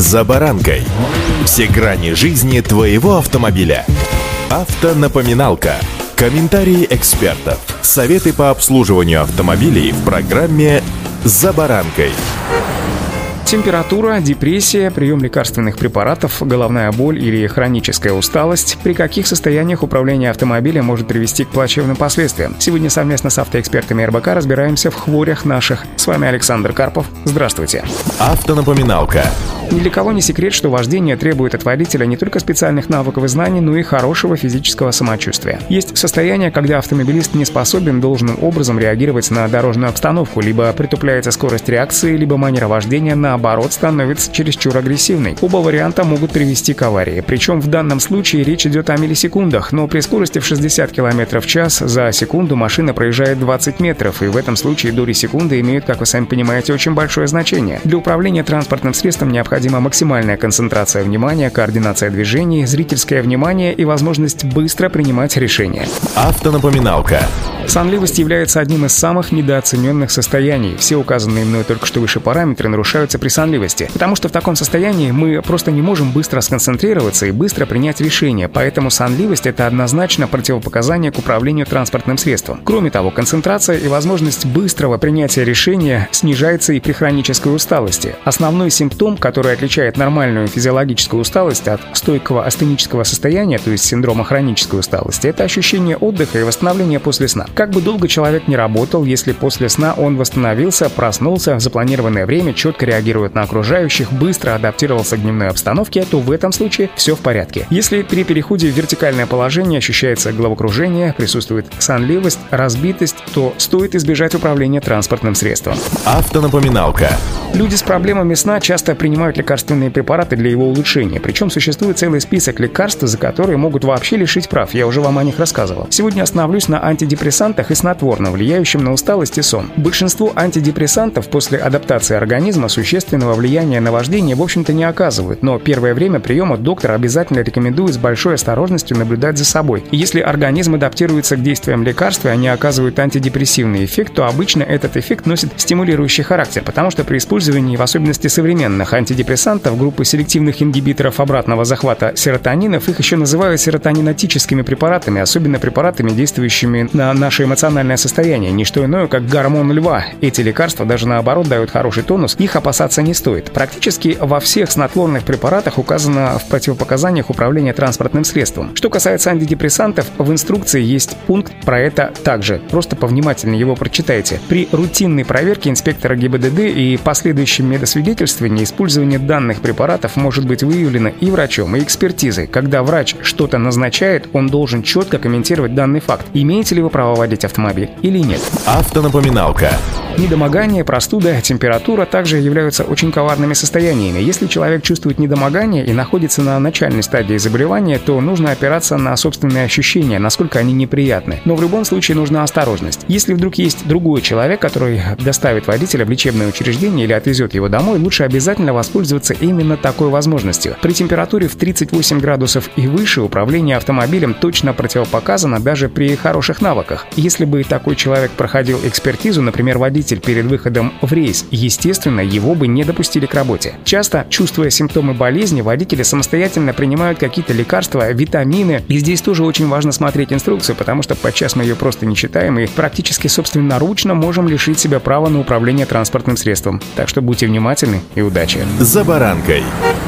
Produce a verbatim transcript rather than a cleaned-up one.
«За баранкой». Все грани жизни твоего автомобиля. Автонапоминалка. Комментарии экспертов. Советы по обслуживанию автомобилей в программе «За баранкой». Температура, депрессия, прием лекарственных препаратов, головная боль или хроническая усталость. При каких состояниях управление автомобилем может привести к плачевным последствиям? Сегодня совместно с автоэкспертами эр бэ ка разбираемся в хворях наших. С вами Александр Карпов. Здравствуйте. Автонапоминалка. Ни для кого не секрет, что вождение требует от водителя не только специальных навыков и знаний, но и хорошего физического самочувствия. Есть состояние, когда автомобилист не способен должным образом реагировать на дорожную обстановку, либо притупляется скорость реакции, либо манера вождения, наоборот, становится чересчур агрессивной. Оба варианта могут привести к аварии. Причем в данном случае речь идет о миллисекундах, но при скорости в шестьдесят километров в час за секунду машина проезжает двадцать метров, и в этом случае доли секунды имеют, как вы сами понимаете, очень большое значение. Для управления транспортным средством необходимо Необходима максимальная концентрация внимания, координация движений, зрительское внимание и возможность быстро принимать решения. Автонапоминалка. Сонливость является одним из самых недооцененных состояний. Все указанные мной только что выше параметры нарушаются при сонливости, потому что в таком состоянии мы просто не можем быстро сконцентрироваться и быстро принять решение, поэтому сонливость — это однозначно противопоказание к управлению транспортным средством. Кроме того, концентрация и возможность быстрого принятия решения снижается и при хронической усталости. Основной симптом, который отличает нормальную физиологическую усталость от стойкого астенического состояния, то есть синдрома хронической усталости, это ощущение отдыха и восстановления после сна. Как бы долго человек ни работал, если после сна он восстановился, проснулся в запланированное время, четко реагирует на окружающих, быстро адаптировался к дневной обстановке, то в этом случае все в порядке. Если при переходе в вертикальное положение ощущается головокружение, присутствует сонливость, разбитость, то стоит избежать управления транспортным средством. Автонапоминалка. Люди с проблемами сна часто принимают лекарственные препараты для его улучшения, причем существует целый список лекарств, за которые могут вообще лишить прав, я уже вам о них рассказывал. Сегодня остановлюсь на антидепрессантах и снотворном, влияющем на усталость и сон. Большинство антидепрессантов после адаптации организма существенного влияния на вождение, в общем-то, не оказывают, но первое время приема доктор обязательно рекомендует с большой осторожностью наблюдать за собой. И если организм адаптируется к действиям лекарств, и они оказывают антидепрессивный эффект, то обычно этот эффект носит стимулирующий характер, потому что при использовании, в особенности современных антидепрессантов, группы селективных ингибиторов обратного захвата серотонинов, их еще называют серотонинотическими препаратами, особенно препаратами, действующими на наше эмоциональное состояние, не что иное, как гормон льва. Эти лекарства даже наоборот дают хороший тонус, их опасаться не стоит. Практически во всех снотворных препаратах указано в противопоказаниях управления транспортным средством. Что касается антидепрессантов, в инструкции есть пункт про это также. Просто повнимательнее его прочитайте. При рутинной проверке инспектора гэ и бэ дэ дэ и последующем медосвидетельствовании использование данных препаратов может быть выявлено и врачом, и экспертизой. Когда врач что-то назначает, он должен четко комментировать данный факт. Имеете ли вы право водить автомобиль или нет? Автонапоминалка. Недомогание, простуда, температура также являются очень коварными состояниями. Если человек чувствует недомогание и находится на начальной стадии заболевания, то нужно опираться на собственные ощущения, насколько они неприятны. Но в любом случае нужна осторожность. Если вдруг есть другой человек, который доставит водителя в лечебное учреждение или отвезет его домой, лучше обязательно воспользоваться именно такой возможностью. При температуре в тридцать восемь градусов и выше управление автомобилем точно противопоказано даже при хороших навыках. Если бы такой человек проходил экспертизу, например, водитель перед выходом в рейс, естественно, его бы не допустили к работе. Часто, чувствуя симптомы болезни, водители самостоятельно принимают какие-то лекарства, витамины. И здесь тоже очень важно смотреть инструкцию, потому что подчас мы ее просто не читаем и практически собственноручно можем лишить себя права на управление транспортным средством. Так что будьте внимательны и удачи. За баранкой.